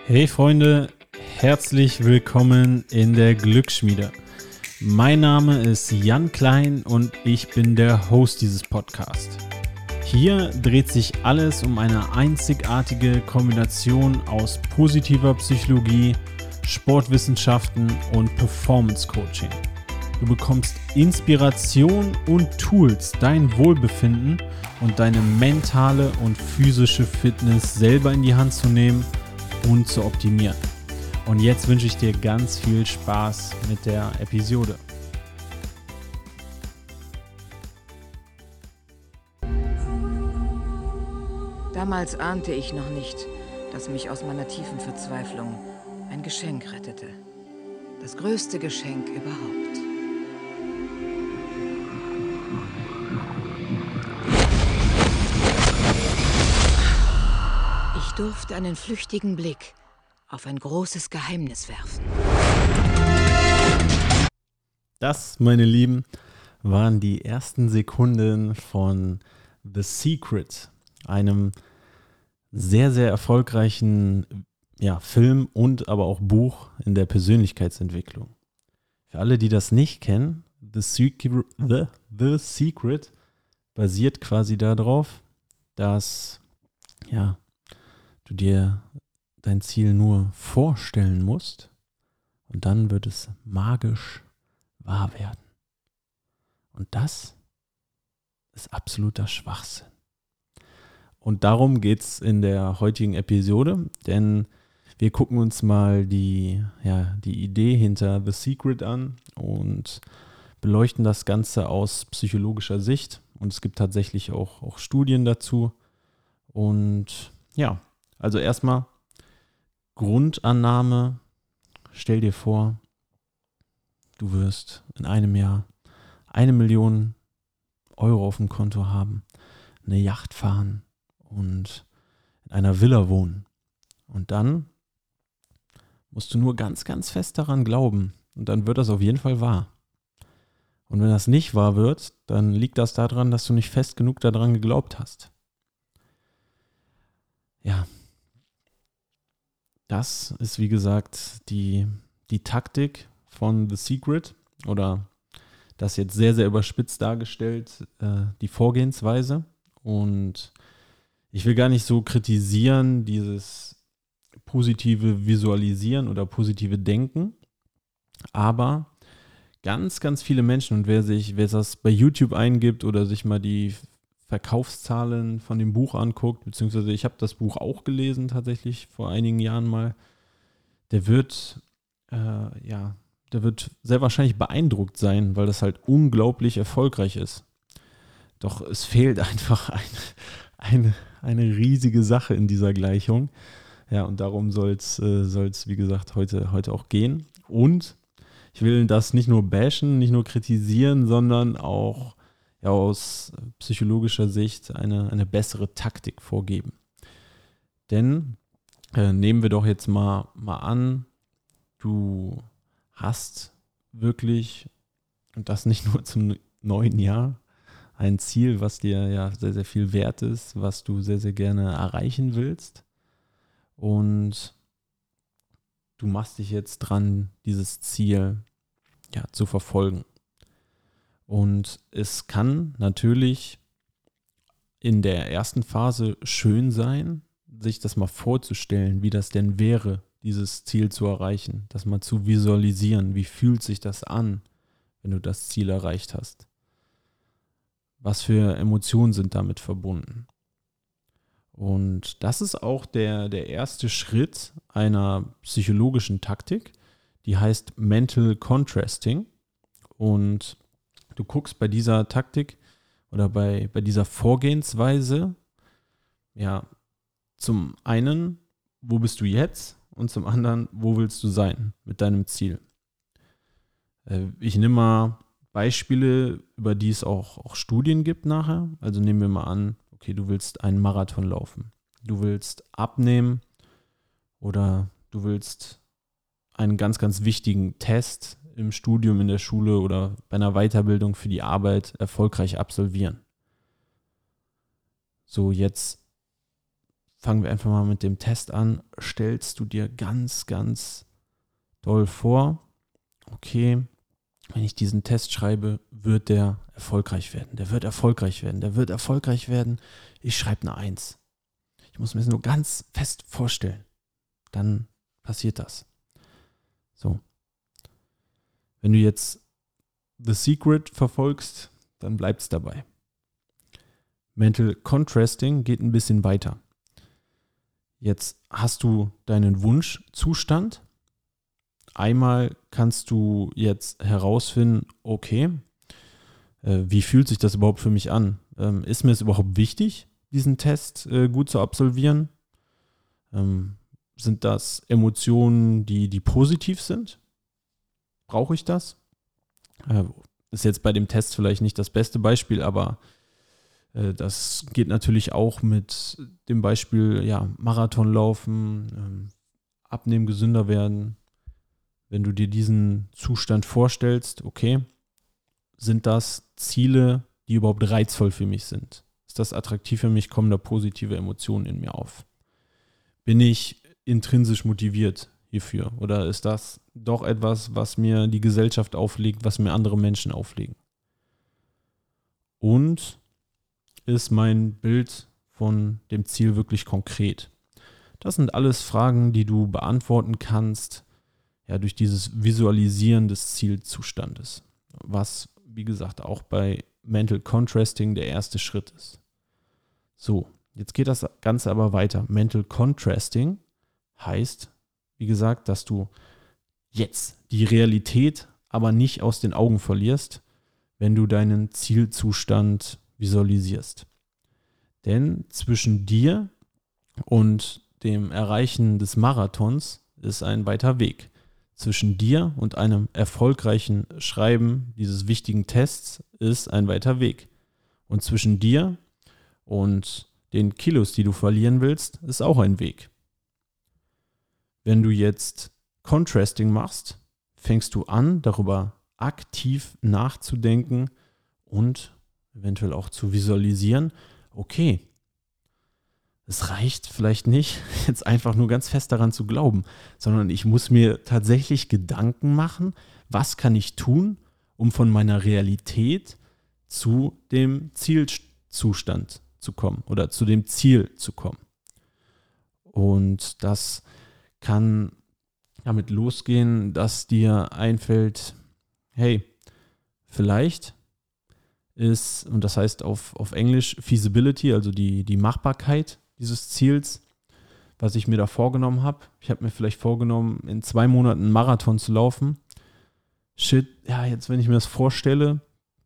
Hey Freunde, herzlich willkommen in der Glücksschmiede. Mein Name ist Jan Klein und ich bin der Host dieses Podcasts. Hier dreht sich alles um eine einzigartige Kombination aus positiver Psychologie, Sportwissenschaften und Performance Coaching. Du bekommst Inspiration und Tools, dein Wohlbefinden und deine mentale und physische Fitness selber in die Hand zu nehmen und zu optimieren. Und jetzt wünsche ich dir ganz viel Spaß mit der Episode. Damals ahnte ich noch nicht, dass mich aus meiner tiefen Verzweiflung ein Geschenk rettete. Das größte Geschenk überhaupt. Ich durfte einen flüchtigen Blick auf ein großes Geheimnis werfen. Das, meine Lieben, waren die ersten Sekunden von The Secret, einem sehr, sehr erfolgreichen Film und aber auch Buch in der Persönlichkeitsentwicklung. Für alle, die das nicht kennen, The Secret basiert quasi darauf, dass du dir dein Ziel nur vorstellen musst und dann wird es magisch wahr werden. Und das ist absoluter Schwachsinn. Und darum geht es in der heutigen Episode, denn wir gucken uns mal die Idee hinter The Secret an und beleuchten das Ganze aus psychologischer Sicht. Und es gibt tatsächlich auch Studien dazu. Und ja, also erstmal Grundannahme, stell dir vor, du wirst in einem Jahr 1 Million Euro auf dem Konto haben, eine Yacht fahren und in einer Villa wohnen. Und dann musst du nur ganz, ganz fest daran glauben und dann wird das auf jeden Fall wahr. Und wenn das nicht wahr wird, dann liegt das daran, dass du nicht fest genug daran geglaubt hast. Ja, das ist wie gesagt die Taktik von The Secret oder das jetzt sehr, sehr überspitzt dargestellt, die Vorgehensweise. Und ich will gar nicht so kritisieren, dieses positive Visualisieren oder positive Denken, aber ganz, ganz viele Menschen und wer das bei YouTube eingibt oder sich mal die Verkaufszahlen von dem Buch anguckt, beziehungsweise ich habe das Buch auch gelesen tatsächlich vor einigen Jahren mal, der wird sehr wahrscheinlich beeindruckt sein, weil das halt unglaublich erfolgreich ist. Doch es fehlt einfach eine riesige Sache in dieser Gleichung. Ja, und darum soll es wie gesagt, heute auch gehen. Und ich will das nicht nur bashen, nicht nur kritisieren, sondern auch aus psychologischer Sicht eine bessere Taktik vorgeben. Denn nehmen wir doch jetzt mal an, du hast wirklich, und das nicht nur zum neuen Jahr, ein Ziel, was dir ja sehr, sehr viel wert ist, was du sehr, sehr gerne erreichen willst. Und du machst dich jetzt dran, dieses Ziel zu verfolgen. Und es kann natürlich in der ersten Phase schön sein, sich das mal vorzustellen, wie das denn wäre, dieses Ziel zu erreichen, das mal zu visualisieren. Wie fühlt sich das an, wenn du das Ziel erreicht hast? Was für Emotionen sind damit verbunden? Und das ist auch der erste Schritt einer psychologischen Taktik, die heißt Mental Contrasting. Und du guckst bei dieser Taktik oder bei dieser Vorgehensweise, zum einen, wo bist du jetzt? Und zum anderen, wo willst du sein mit deinem Ziel? Ich nehme mal Beispiele, über die es auch Studien gibt nachher. Also nehmen wir mal an, okay, du willst einen Marathon laufen. Du willst abnehmen oder du willst einen ganz, ganz wichtigen Test im Studium, in der Schule oder bei einer Weiterbildung für die Arbeit erfolgreich absolvieren. So, jetzt fangen wir einfach mal mit dem Test an. Stellst du dir ganz, ganz doll vor, okay, wenn ich diesen Test schreibe, wird der erfolgreich werden. Der wird erfolgreich werden. Der wird erfolgreich werden. Ich schreibe eine 1. Ich muss mir das nur ganz fest vorstellen. Dann passiert das. So. Wenn du jetzt The Secret verfolgst, dann bleibt es dabei. Mental Contrasting geht ein bisschen weiter. Jetzt hast du deinen Wunschzustand. Einmal kannst du jetzt herausfinden, okay, wie fühlt sich das überhaupt für mich an? Ist mir es überhaupt wichtig, diesen Test gut zu absolvieren? Sind das Emotionen, die positiv sind? Brauche ich das? Ist jetzt bei dem Test vielleicht nicht das beste Beispiel, aber das geht natürlich auch mit dem Beispiel, ja, Marathon laufen, abnehmen, gesünder werden. Wenn du dir diesen Zustand vorstellst, okay, sind das Ziele, die überhaupt reizvoll für mich sind? Ist das attraktiv für mich? Kommen da positive Emotionen in mir auf? Bin ich intrinsisch motiviert hierfür? Oder ist das doch etwas, was mir die Gesellschaft auflegt, was mir andere Menschen auflegen? Und ist mein Bild von dem Ziel wirklich konkret? Das sind alles Fragen, die du beantworten kannst, ja, durch dieses Visualisieren des Zielzustandes, was, wie gesagt, auch bei Mental Contrasting der erste Schritt ist. So, jetzt geht das Ganze aber weiter. Mental Contrasting heißt, wie gesagt, dass du jetzt die Realität aber nicht aus den Augen verlierst, wenn du deinen Zielzustand visualisierst. Denn zwischen dir und dem Erreichen des Marathons ist ein weiter Weg. Zwischen dir und einem erfolgreichen Schreiben dieses wichtigen Tests ist ein weiter Weg. Und zwischen dir und den Kilos, die du verlieren willst, ist auch ein Weg. Wenn du jetzt Contrasting machst, fängst du an, darüber aktiv nachzudenken und eventuell auch zu visualisieren, okay, es reicht vielleicht nicht, jetzt einfach nur ganz fest daran zu glauben, sondern ich muss mir tatsächlich Gedanken machen, was kann ich tun, um von meiner Realität zu dem Zielzustand zu kommen oder zu dem Ziel zu kommen. Und das kann damit losgehen, dass dir einfällt, hey, vielleicht ist, und das heißt auf Englisch Feasibility, also die Machbarkeit dieses Ziels, was ich mir da vorgenommen habe. Ich habe mir vielleicht vorgenommen, in 2 Monaten einen Marathon zu laufen. Shit, ja, jetzt wenn ich mir das vorstelle,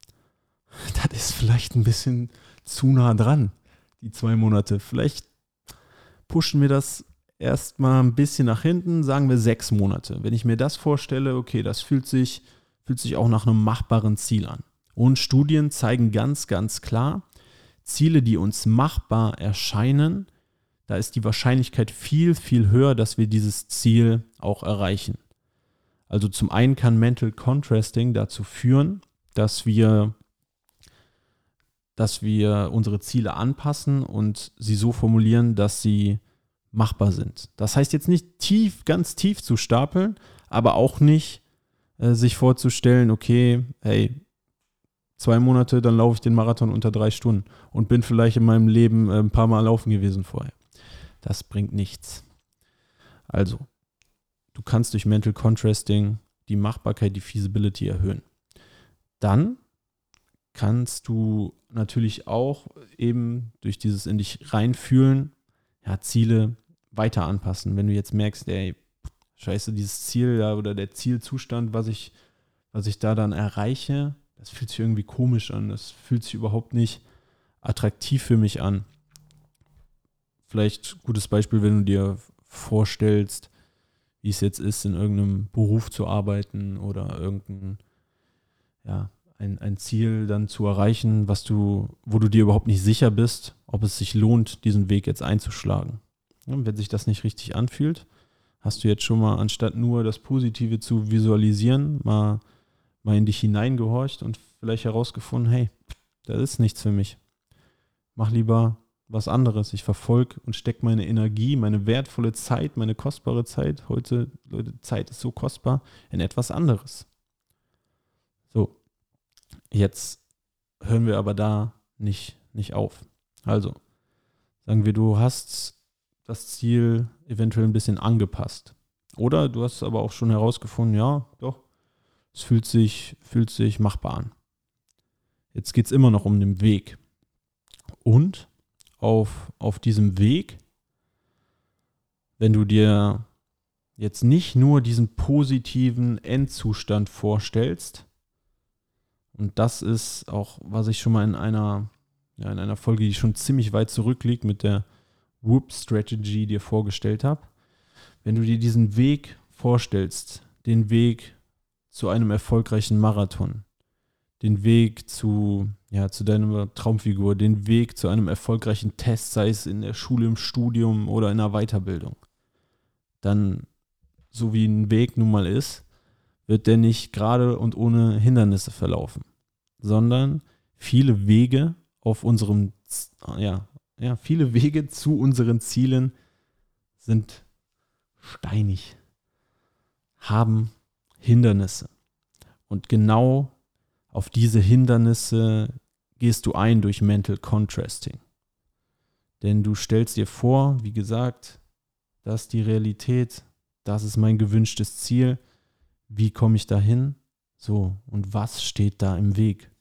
das ist vielleicht ein bisschen zu nah dran, die 2 Monate. Vielleicht pushen wir das erstmal ein bisschen nach hinten, sagen wir 6 Monate. Wenn ich mir das vorstelle, okay, das fühlt sich auch nach einem machbaren Ziel an. Und Studien zeigen ganz, ganz klar, Ziele, die uns machbar erscheinen, da ist die Wahrscheinlichkeit viel, viel höher, dass wir dieses Ziel auch erreichen. Also zum einen kann Mental Contrasting dazu führen, dass wir unsere Ziele anpassen und sie so formulieren, dass sie machbar sind. Das heißt jetzt nicht ganz tief zu stapeln, aber auch nicht sich vorzustellen, okay, hey, 2 Monate, dann laufe ich den Marathon unter 3 Stunden und bin vielleicht in meinem Leben ein paar Mal laufen gewesen vorher. Das bringt nichts. Also, du kannst durch Mental Contrasting die Machbarkeit, die Feasibility erhöhen. Dann kannst du natürlich auch eben durch dieses in dich reinfühlen, ja, Ziele weiter anpassen. Wenn du jetzt merkst, ey, scheiße, dieses Ziel ja, oder der Zielzustand, was ich da dann erreiche, das fühlt sich irgendwie komisch an, das fühlt sich überhaupt nicht attraktiv für mich an. Vielleicht gutes Beispiel, wenn du dir vorstellst, wie es jetzt ist, in irgendeinem Beruf zu arbeiten oder ein Ziel dann zu erreichen, wo du dir überhaupt nicht sicher bist, ob es sich lohnt, diesen Weg jetzt einzuschlagen. Und wenn sich das nicht richtig anfühlt, hast du jetzt schon mal, anstatt nur das Positive zu visualisieren, mal in dich hineingehorcht und vielleicht herausgefunden, hey, das ist nichts für mich. Mach lieber was anderes. Ich verfolge und stecke meine Energie, meine wertvolle Zeit, meine kostbare Zeit. Heute, Leute, Zeit ist so kostbar, in etwas anderes. So, jetzt hören wir aber da nicht auf. Also, sagen wir, du hast das Ziel eventuell ein bisschen angepasst. Oder du hast aber auch schon herausgefunden, ja, doch, es fühlt sich machbar an. Jetzt geht es immer noch um den Weg. Und auf diesem Weg, wenn du dir jetzt nicht nur diesen positiven Endzustand vorstellst, und das ist auch, was ich schon mal in einer Folge, die schon ziemlich weit zurückliegt, mit der Whoop-Strategy dir vorgestellt habe, wenn du dir diesen Weg vorstellst, den Weg zu einem erfolgreichen Marathon, den Weg zu deiner Traumfigur, den Weg zu einem erfolgreichen Test, sei es in der Schule, im Studium oder in der Weiterbildung, dann, so wie ein Weg nun mal ist, wird der nicht gerade und ohne Hindernisse verlaufen, sondern viele Wege viele Wege zu unseren Zielen sind steinig, haben Hindernisse. Und genau auf diese Hindernisse gehst du ein durch Mental Contrasting. Denn du stellst dir vor, wie gesagt, das ist die Realität, das ist mein gewünschtes Ziel. Wie komme ich dahin? So, und was steht da im Weg?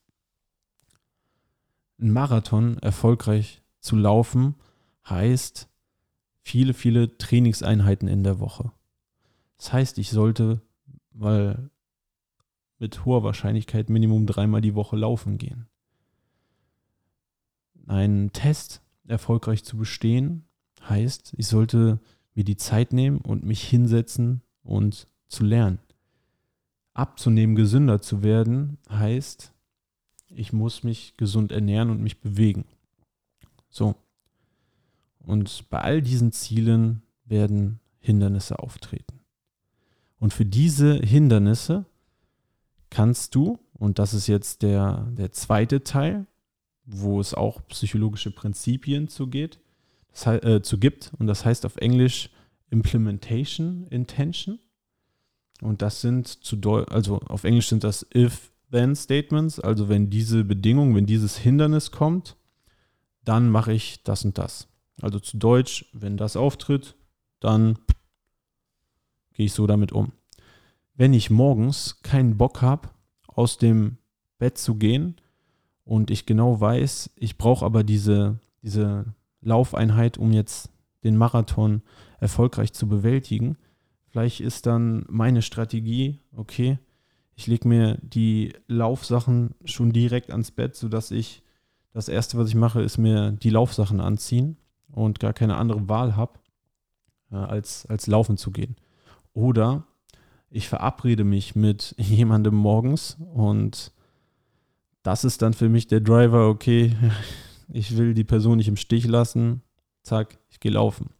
Ein Marathon erfolgreich zu laufen heißt viele, viele Trainingseinheiten in der Woche. Das heißt, ich sollte mit hoher Wahrscheinlichkeit Minimum 3-mal die Woche laufen gehen. Einen Test erfolgreich zu bestehen heißt, ich sollte mir die Zeit nehmen und mich hinsetzen und zu lernen. Abzunehmen, gesünder zu werden, heißt, ich muss mich gesund ernähren und mich bewegen. So. Und bei all diesen Zielen werden Hindernisse auftreten. Und für diese Hindernisse kannst du, und das ist jetzt der zweite Teil, wo es auch psychologische Prinzipien gibt, und das heißt auf Englisch Implementation Intention. Und das sind auf Englisch sind das If-Then-Statements, also wenn diese Bedingung, wenn dieses Hindernis kommt, dann mache ich das und das. Also zu Deutsch, wenn das auftritt, dann gehe ich so damit um. Wenn ich morgens keinen Bock habe, aus dem Bett zu gehen und ich genau weiß, ich brauche aber diese Laufeinheit, um jetzt den Marathon erfolgreich zu bewältigen, vielleicht ist dann meine Strategie, okay, ich lege mir die Laufsachen schon direkt ans Bett, sodass das Erste, was ich mache, ist mir die Laufsachen anziehen und gar keine andere Wahl habe, als laufen zu gehen. Oder ich verabrede mich mit jemandem morgens und das ist dann für mich der Driver, okay, ich will die Person nicht im Stich lassen, zack, ich gehe laufen.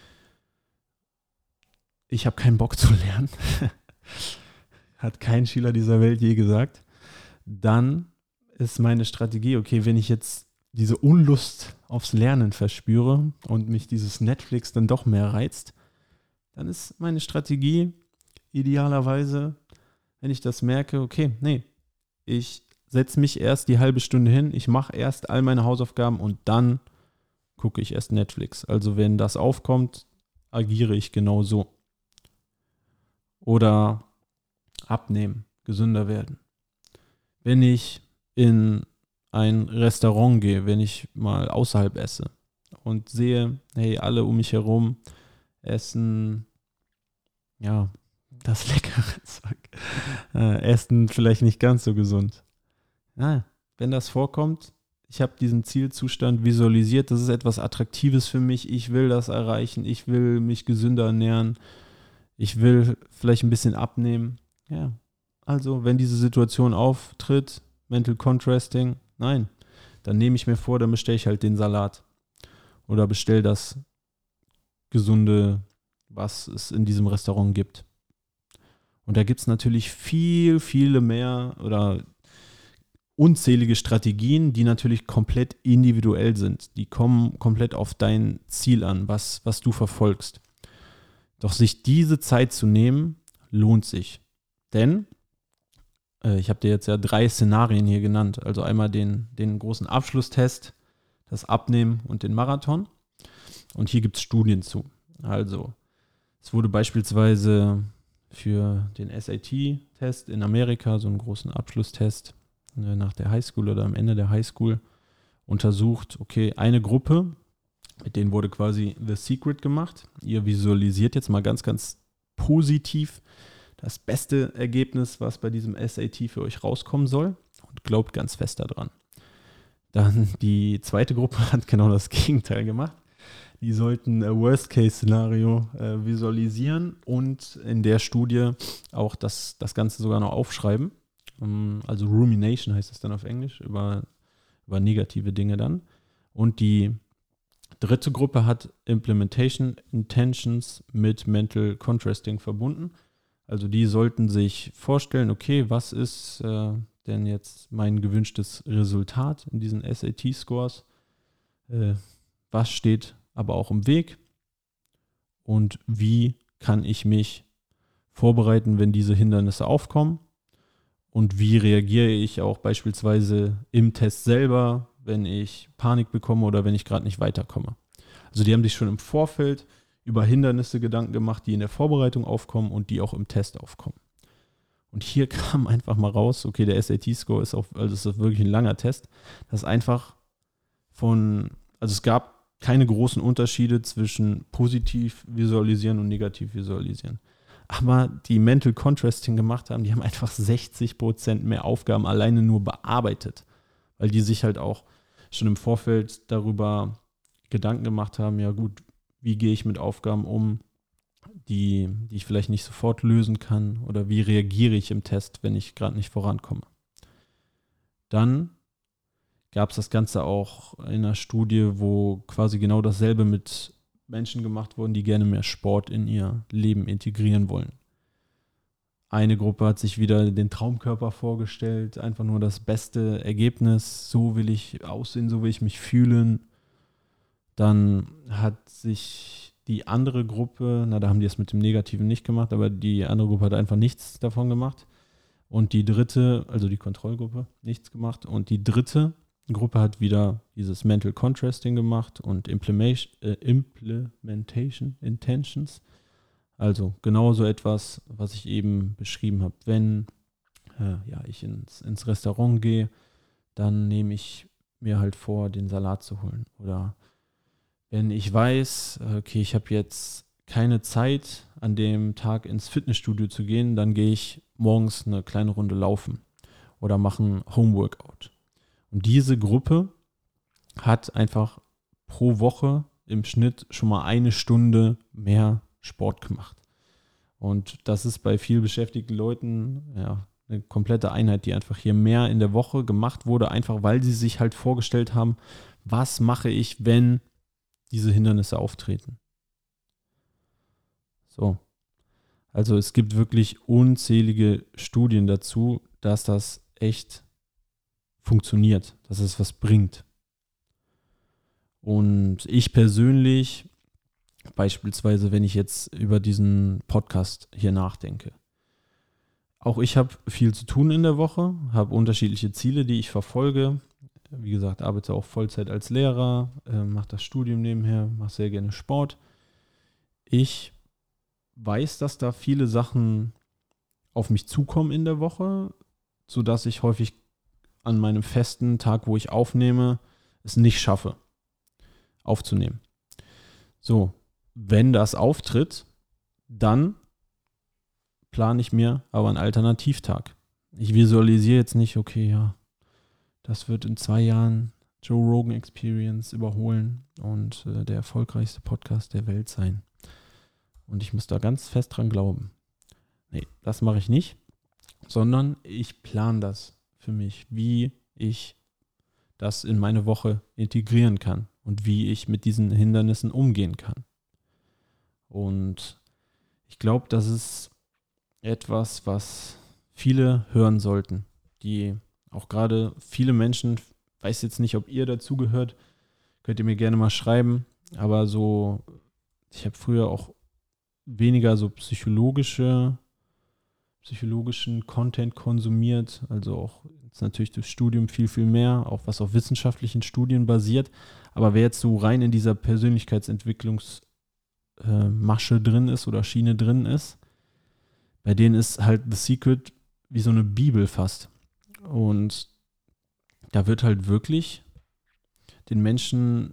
Ich habe keinen Bock zu lernen, hat kein Schüler dieser Welt je gesagt. Dann ist meine Strategie, okay, wenn ich jetzt diese Unlust aufs Lernen verspüre und mich dieses Netflix dann doch mehr reizt, dann ist meine Strategie idealerweise, wenn ich das merke, okay, nee, ich setze mich erst die halbe Stunde hin, ich mache erst all meine Hausaufgaben und dann gucke ich erst Netflix. Also wenn das aufkommt, agiere ich genau so. Oder abnehmen, gesünder werden. Wenn ich in ein Restaurant gehe, wenn ich mal außerhalb esse und sehe, hey, alle um mich herum essen, ja, das leckere Zeug, essen vielleicht nicht ganz so gesund. Ja, wenn das vorkommt, ich habe diesen Zielzustand visualisiert, das ist etwas Attraktives für mich, ich will das erreichen, ich will mich gesünder ernähren, ich will vielleicht ein bisschen abnehmen. Ja, also wenn diese Situation auftritt, Mental Contrasting, nein, dann nehme ich mir vor, dann bestelle ich halt den Salat oder bestelle das Gesunde, was es in diesem Restaurant gibt. Und da gibt es natürlich viele mehr oder unzählige Strategien, die natürlich komplett individuell sind. Die kommen komplett auf dein Ziel an, was du verfolgst. Doch sich diese Zeit zu nehmen, lohnt sich. Denn, ich habe dir jetzt ja 3 Szenarien hier genannt. Also einmal den großen Abschlusstest, das Abnehmen und den Marathon. Und hier gibt es Studien zu. Also, es wurde beispielsweise für den SAT-Test in Amerika, so einen großen Abschlusstest nach der Highschool oder am Ende der Highschool, untersucht, okay, eine Gruppe, mit denen wurde quasi The Secret gemacht. Ihr visualisiert jetzt mal ganz, ganz positiv das beste Ergebnis, was bei diesem SAT für euch rauskommen soll, und glaubt ganz fest daran. Dann die zweite Gruppe hat genau das Gegenteil gemacht. Die sollten Worst-Case-Szenario visualisieren und in der Studie auch das Ganze sogar noch aufschreiben. Also Rumination heißt es dann auf Englisch, über negative Dinge dann. Und die dritte Gruppe hat Implementation Intentions mit Mental Contrasting verbunden. Also die sollten sich vorstellen, okay, was ist denn jetzt mein gewünschtes Resultat in diesen SAT-Scores? Was steht aber auch im Weg? Und wie kann ich mich vorbereiten, wenn diese Hindernisse aufkommen? Und wie reagiere ich auch beispielsweise im Test selber, wenn ich Panik bekomme oder wenn ich gerade nicht weiterkomme? Also die haben sich schon im Vorfeld über Hindernisse Gedanken gemacht, die in der Vorbereitung aufkommen und die auch im Test aufkommen. Und hier kam einfach mal raus, okay, der SAT-Score ist wirklich ein langer Test, das ist einfach also es gab keine großen Unterschiede zwischen positiv visualisieren und negativ visualisieren. Aber die Mental Contrasting gemacht haben, die haben einfach 60% mehr Aufgaben alleine nur bearbeitet, weil die sich halt auch schon im Vorfeld darüber Gedanken gemacht haben, ja gut, wie gehe ich mit Aufgaben um, die ich vielleicht nicht sofort lösen kann, oder wie reagiere ich im Test, wenn ich gerade nicht vorankomme. Dann gab es das Ganze auch in einer Studie, wo quasi genau dasselbe mit Menschen gemacht wurden, die gerne mehr Sport in ihr Leben integrieren wollen. Eine Gruppe hat sich wieder den Traumkörper vorgestellt, einfach nur das beste Ergebnis, so will ich aussehen, so will ich mich fühlen. Dann hat sich die andere Gruppe, da haben die es mit dem Negativen nicht gemacht, aber die andere Gruppe hat einfach nichts davon gemacht. Und die dritte, also die Kontrollgruppe, nichts gemacht. Und die dritte Gruppe hat wieder dieses Mental Contrasting gemacht und Implementation Intentions. Also genauso etwas, was ich eben beschrieben habe. Wenn ich ins Restaurant gehe, dann nehme ich mir halt vor, den Salat zu holen. Oder wenn ich weiß, okay, ich habe jetzt keine Zeit, an dem Tag ins Fitnessstudio zu gehen, dann gehe ich morgens eine kleine Runde laufen oder mache ein Homeworkout. Und diese Gruppe hat einfach pro Woche im Schnitt schon mal 1 Stunde mehr Sport gemacht. Und das ist bei viel beschäftigten Leuten eine komplette Einheit, die einfach hier mehr in der Woche gemacht wurde, einfach weil sie sich halt vorgestellt haben, was mache ich, wenn diese Hindernisse auftreten. So. Also es gibt wirklich unzählige Studien dazu, dass das echt funktioniert, dass es was bringt. Und ich persönlich, beispielsweise, wenn ich jetzt über diesen Podcast hier nachdenke, auch ich habe viel zu tun in der Woche, habe unterschiedliche Ziele, die ich verfolge. Wie gesagt, arbeite auch Vollzeit als Lehrer, mache das Studium nebenher, mache sehr gerne Sport. Ich weiß, dass da viele Sachen auf mich zukommen in der Woche, sodass ich häufig an meinem festen Tag, wo ich aufnehme, es nicht schaffe, aufzunehmen. So, wenn das auftritt, dann plane ich mir aber einen Alternativtag. Ich visualisiere jetzt nicht, okay, ja, das wird in 2 Jahren Joe Rogan Experience überholen und der erfolgreichste Podcast der Welt sein. Und ich muss da ganz fest dran glauben. Nee, das mache ich nicht, sondern ich plane das für mich, wie ich das in meine Woche integrieren kann und wie ich mit diesen Hindernissen umgehen kann. Und ich glaube, das ist etwas, was viele hören sollten, die Auch gerade viele Menschen, weiß jetzt nicht, ob ihr dazugehört, könnt ihr mir gerne mal schreiben, aber so, ich habe früher auch weniger so psychologischen Content konsumiert, also auch jetzt natürlich durch Studium viel, viel mehr, auch was auf wissenschaftlichen Studien basiert, aber wer jetzt so rein in dieser Persönlichkeitsentwicklungsmasche drin ist oder Schiene drin ist, bei denen ist halt The Secret wie so eine Bibel fast. Und da wird halt wirklich den Menschen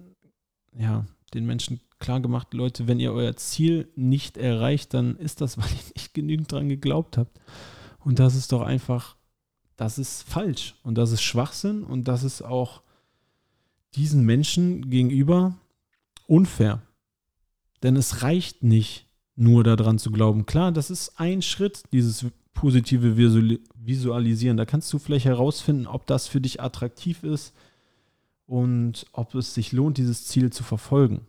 klar gemacht, Leute, wenn ihr euer Ziel nicht erreicht, dann ist das, weil ihr nicht genügend dran geglaubt habt. Und das ist doch einfach, das ist falsch und das ist Schwachsinn und das ist auch diesen Menschen gegenüber unfair. Denn es reicht nicht, nur daran zu glauben. Klar, das ist ein Schritt, dieses positive Visualisieren. Da kannst du vielleicht herausfinden, ob das für dich attraktiv ist und ob es sich lohnt, dieses Ziel zu verfolgen.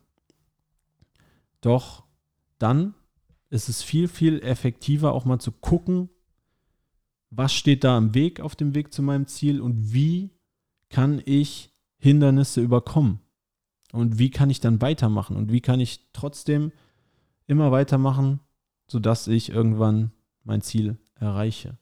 Doch dann ist es viel, viel effektiver, auch mal zu gucken, was steht da im Weg, auf dem Weg zu meinem Ziel und wie kann ich Hindernisse überkommen und wie kann ich dann weitermachen und wie kann ich trotzdem immer weitermachen, sodass ich irgendwann mein Ziel erreiche.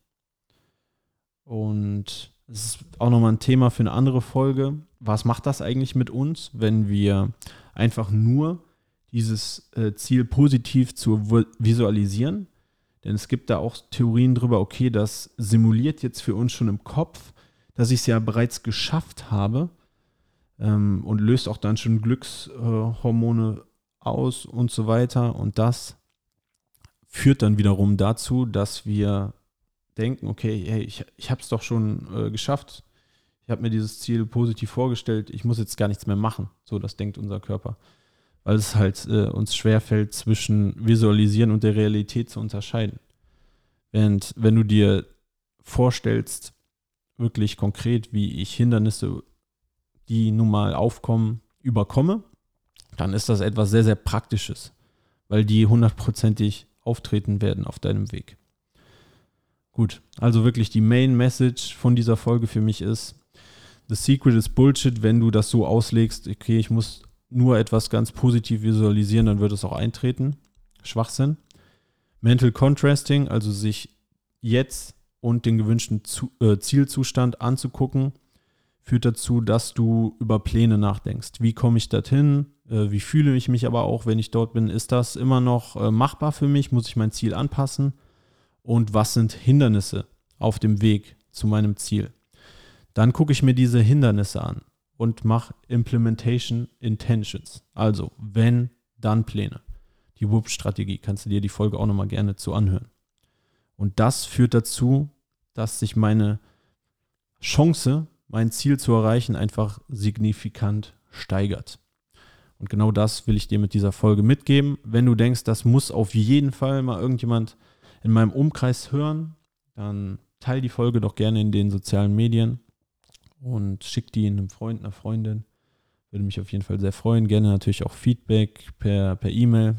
Und es ist auch nochmal ein Thema für eine andere Folge. Was macht das eigentlich mit uns, wenn wir einfach nur dieses Ziel positiv zu visualisieren? Denn es gibt da auch Theorien drüber, okay, das simuliert jetzt für uns schon im Kopf, dass ich es ja bereits geschafft habe und löst auch dann schon Glückshormone aus und so weiter. Und das führt dann wiederum dazu, dass wir denken, okay, hey, ich habe es doch schon geschafft. Ich habe mir dieses Ziel positiv vorgestellt. Ich muss jetzt gar nichts mehr machen. So, das denkt unser Körper. Weil es halt uns schwerfällt, zwischen Visualisieren und der Realität zu unterscheiden. Während wenn du dir vorstellst, wirklich konkret, wie ich Hindernisse, die nun mal aufkommen, überkomme, dann ist das etwas sehr, sehr Praktisches, weil die 100%ig auftreten werden auf deinem Weg. Gut, also wirklich die Main Message von dieser Folge für mich ist, The Secret ist Bullshit, wenn du das so auslegst, okay, ich muss nur etwas ganz positiv visualisieren, dann wird es auch eintreten. Schwachsinn. Mental Contrasting, also sich jetzt und den gewünschten Zielzustand anzugucken, führt dazu, dass du über Pläne nachdenkst. Wie komme ich dorthin? Wie fühle ich mich aber auch, wenn ich dort bin? Ist das immer noch machbar für mich? Muss ich mein Ziel anpassen? Und was sind Hindernisse auf dem Weg zu meinem Ziel? Dann gucke ich mir diese Hindernisse an und mache Implementation Intentions. Also, wenn, dann Pläne. Die WHOOP-Strategie, kannst du dir die Folge auch nochmal gerne zu anhören. Und das führt dazu, dass sich meine Chance, mein Ziel zu erreichen, einfach signifikant steigert. Und genau das will ich dir mit dieser Folge mitgeben. Wenn du denkst, das muss auf jeden Fall mal irgendjemand in meinem Umkreis hören, dann teile die Folge doch gerne in den sozialen Medien und schick die einem Freund, einer Freundin. Würde mich auf jeden Fall sehr freuen. Gerne natürlich auch Feedback per E-Mail,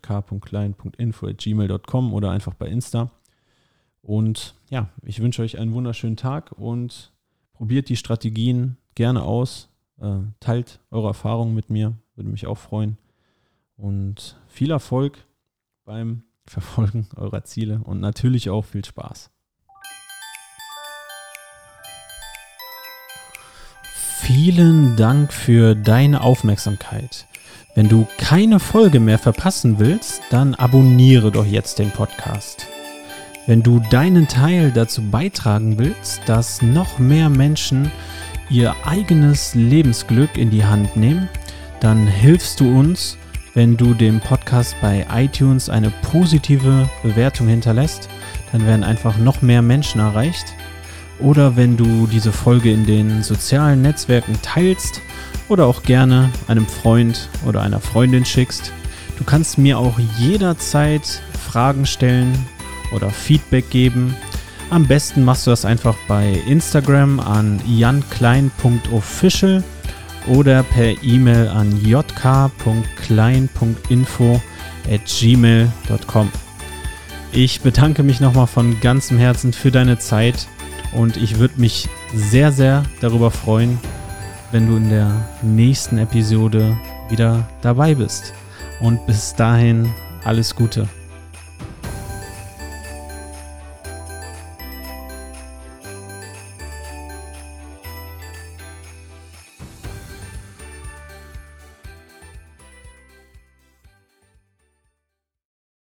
jk.klein.info@gmail.com oder einfach bei Insta. Und ja, ich wünsche euch einen wunderschönen Tag und probiert die Strategien gerne aus. Teilt eure Erfahrungen mit mir, würde mich auch freuen. Und viel Erfolg beim Verfolgen eurer Ziele und natürlich auch viel Spaß. Vielen Dank für deine Aufmerksamkeit. Wenn du keine Folge mehr verpassen willst, dann abonniere doch jetzt den Podcast. Wenn du deinen Teil dazu beitragen willst, dass noch mehr Menschen ihr eigenes Lebensglück in die Hand nehmen, dann hilfst du uns, wenn du dem Podcast bei iTunes eine positive Bewertung hinterlässt. Dann werden einfach noch mehr Menschen erreicht. Oder wenn du diese Folge in den sozialen Netzwerken teilst oder auch gerne einem Freund oder einer Freundin schickst. Du kannst mir auch jederzeit Fragen stellen oder Feedback geben. Am besten machst du das einfach bei Instagram an janklein.official oder per E-Mail an jk.klein.info@gmail.com. Ich bedanke mich nochmal von ganzem Herzen für deine Zeit Und ich würde mich sehr, sehr darüber freuen, wenn du in der nächsten Episode wieder dabei bist. Und bis dahin alles Gute.